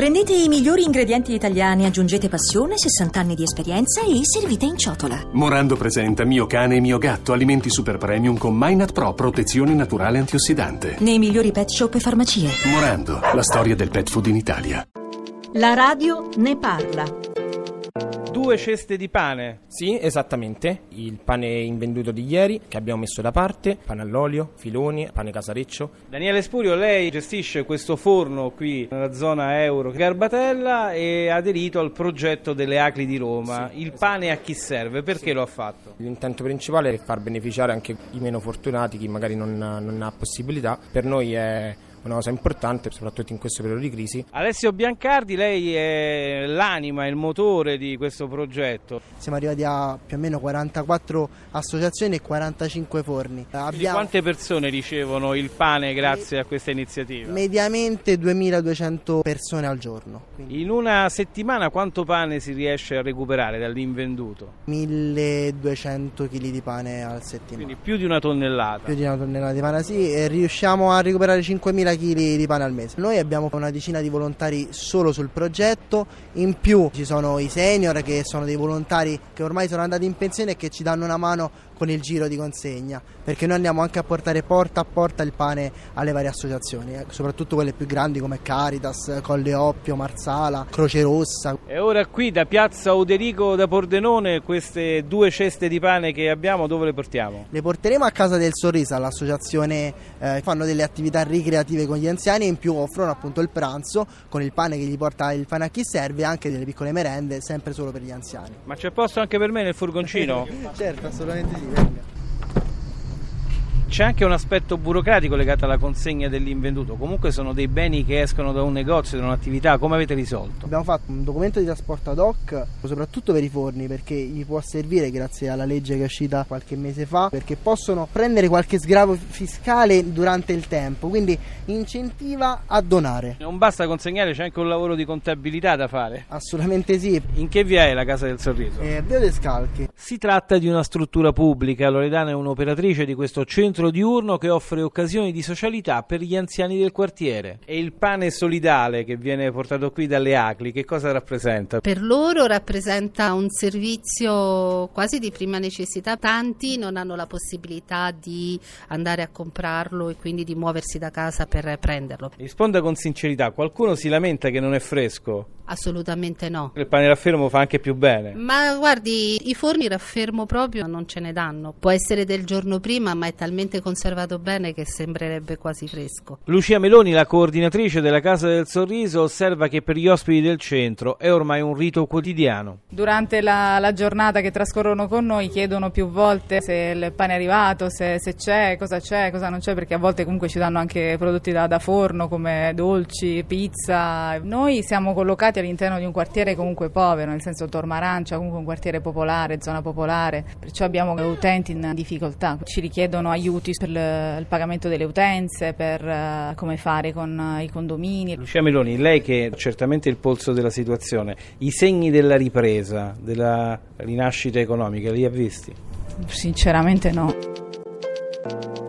Prendete i migliori ingredienti italiani, aggiungete passione, 60 anni di esperienza e servite in ciotola. Morando presenta Mio cane e mio gatto, alimenti super premium con Minat Pro, protezione naturale antiossidante. Nei migliori pet shop e farmacie. Morando, la storia del pet food in Italia. La radio ne parla. 2 ceste di pane. Sì, esattamente. Il pane invenduto di ieri che abbiamo messo da parte, pane all'olio, filoni, pane casareccio. Daniele Spurio, lei gestisce questo forno qui nella zona Euro Garbatella e ha aderito al progetto delle ACLI di Roma. Sì, il pane a chi serve? Perché lo ha fatto? L'intento principale è far beneficiare anche i meno fortunati, chi magari non ha possibilità. Per noi è una cosa importante, soprattutto in questo periodo di crisi. Alessio Biancardi, lei è l'anima, il motore di questo progetto. Siamo arrivati a più o meno 44 associazioni e 45 forni. Quante persone ricevono il pane grazie a questa iniziativa? Mediamente 2200 persone al giorno. In una settimana quanto pane si riesce a recuperare dall'invenduto? 1200 kg di pane al settimana. Quindi più di una tonnellata. Più di una tonnellata di pane, sì, e riusciamo a recuperare 5000 kg di pane al mese. Noi abbiamo una decina di volontari solo sul progetto, in più ci sono i senior che sono dei volontari che ormai sono andati in pensione e che ci danno una mano con il giro di consegna, perché noi andiamo anche a portare porta a porta il pane alle varie associazioni, soprattutto quelle più grandi come Caritas, Colle Oppio, Marsala, Croce Rossa. E ora qui da Piazza Oderico da Pordenone queste 2 ceste di pane che abbiamo dove le portiamo? Le porteremo a Casa del Sorriso, all'associazione fanno delle attività ricreative con gli anziani e in più offrono appunto il pranzo con il pane che gli porta il pane a chi serve e anche delle piccole merende sempre solo per gli anziani. Ma c'è posto anche per me nel furgoncino? Certo, assolutamente sì. Venga. C'è anche un aspetto burocratico legato alla consegna dell'invenduto, comunque sono dei beni che escono da un negozio, da un'attività, come avete risolto? Abbiamo fatto un documento di trasporto ad hoc, soprattutto per i forni, perché gli può servire grazie alla legge che è uscita qualche mese fa, perché possono prendere qualche sgravo fiscale durante il tempo, quindi incentiva a donare. Non basta consegnare, c'è anche un lavoro di contabilità da fare? Assolutamente sì. In che via è la Casa del Sorriso? Via dei Scalchi. Si tratta di una struttura pubblica, Loredana è un'operatrice di questo centro diurno che offre occasioni di socialità per gli anziani del quartiere. E il pane solidale che viene portato qui dalle ACLI, che cosa rappresenta? Per loro rappresenta un servizio quasi di prima necessità. Tanti non hanno la possibilità di andare a comprarlo e quindi di muoversi da casa per prenderlo. Risponda con sincerità, qualcuno si lamenta che non è fresco? Assolutamente no. Il pane raffermo fa anche più bene. Ma guardi, i forni raffermo proprio non ce ne danno. Può essere del giorno prima, ma è talmente conservato bene che sembrerebbe quasi fresco. Lucia Meloni, la coordinatrice della Casa del Sorriso, osserva che per gli ospiti del centro è ormai un rito quotidiano. Durante la giornata che trascorrono con noi chiedono più volte se il pane è arrivato, se c'è, cosa non c'è, perché a volte comunque ci danno anche prodotti da forno come dolci, pizza. Noi siamo collocati all'interno di un quartiere comunque povero, nel senso Tormarancia, comunque un quartiere popolare, zona popolare, perciò abbiamo utenti in difficoltà, ci richiedono aiuti per il pagamento delle utenze, per come fare con i condomini. Lucia Meloni, lei che è certamente il polso della situazione, i segni della ripresa, della rinascita economica, li ha visti? Sinceramente no.